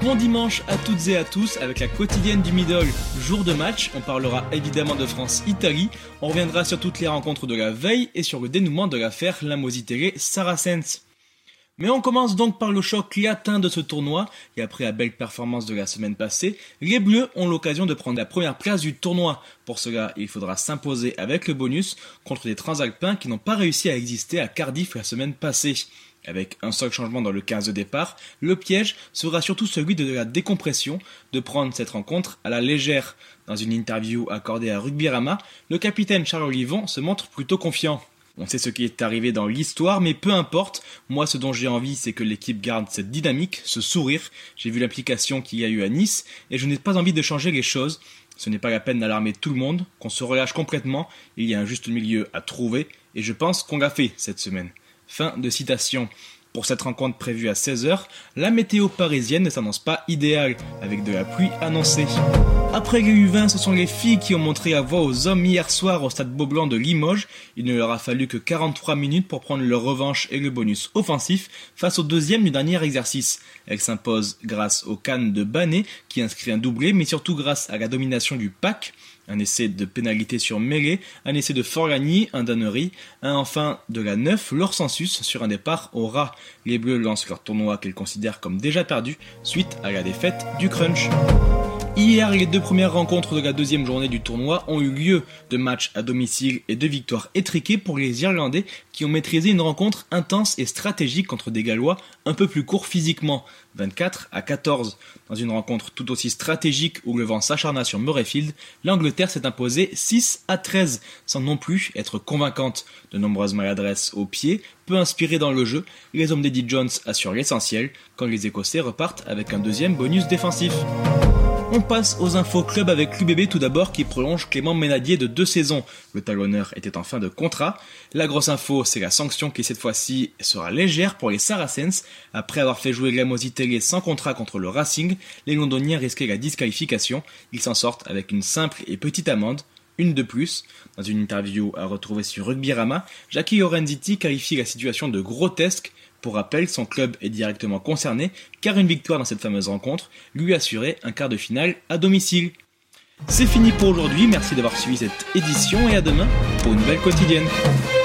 Bon dimanche à toutes et à tous avec la quotidienne du Middle, jour de match. On parlera évidemment de France-Italie, on reviendra sur toutes les rencontres de la veille et sur le dénouement de l'affaire Lamositele-Saracens. Mais on commence donc par le choc latin de ce tournoi, et après la belle performance de la semaine passée, les Bleus ont l'occasion de prendre la première place du tournoi. Pour cela, il faudra s'imposer avec le bonus contre des transalpins qui n'ont pas réussi à exister à Cardiff la semaine passée. Avec un seul changement dans le 15 de départ, le piège sera surtout celui de la décompression, de prendre cette rencontre à la légère. Dans une interview accordée à Rugbyrama, le capitaine Charles Olivon se montre plutôt confiant. On sait ce qui est arrivé dans l'histoire, mais peu importe. Moi, ce dont j'ai envie, c'est que l'équipe garde cette dynamique, ce sourire. J'ai vu l'implication qu'il y a eu à Nice, et je n'ai pas envie de changer les choses. Ce n'est pas la peine d'alarmer tout le monde, qu'on se relâche complètement. Il y a un juste milieu à trouver, et je pense qu'on l'a fait cette semaine. Fin de citation. Pour cette rencontre prévue à 16h, la météo parisienne ne s'annonce pas idéale, avec de la pluie annoncée. Après les U20, ce sont les filles qui ont montré la voie aux hommes hier soir au stade Beaublanc de Limoges. Il ne leur a fallu que 43 minutes pour prendre leur revanche et le bonus offensif face au deuxième du dernier exercice. Elles s'imposent grâce au Cannes de Banet qui inscrit un doublé, mais surtout grâce à la domination du PAC. Un essai de pénalité sur mêlée, un essai de Forlani, un d'Annery, un enfin de la Neuf, Lorsensus sur un départ au ras. Les Bleus lancent leur tournoi qu'ils considèrent comme déjà perdu suite à la défaite du Crunch. Hier, les deux premières rencontres de la deuxième journée du tournoi ont eu lieu, de matchs à domicile et de victoires étriquées pour les Irlandais qui ont maîtrisé une rencontre intense et stratégique contre des Gallois un peu plus courts physiquement, 24-14. Dans une rencontre tout aussi stratégique où le vent s'acharna sur Murrayfield, l'Angleterre s'est imposée 6-13, sans non plus être convaincante. De nombreuses maladresses au pied, peu inspirées dans le jeu, les hommes d'Eddie Jones assurent l'essentiel, quand les Écossais repartent avec un deuxième bonus défensif. On passe aux infos club avec l'UBB tout d'abord qui prolonge Clément Ménadier de 2 saisons. Le talonneur était en fin de contrat. La grosse info, c'est la sanction qui cette fois-ci sera légère pour les Saracens. Après avoir fait jouer Lamositele sans contrat contre le Racing, les Londoniens risquaient la disqualification. Ils s'en sortent avec une simple et petite amende, une de plus. Dans une interview à retrouver sur Rugbyrama, Jackie Lorenzetti qualifie la situation de grotesque. Pour rappel, son club est directement concerné car une victoire dans cette fameuse rencontre lui assurait un quart de finale à domicile. C'est fini pour aujourd'hui, merci d'avoir suivi cette édition et à demain pour une nouvelle quotidienne.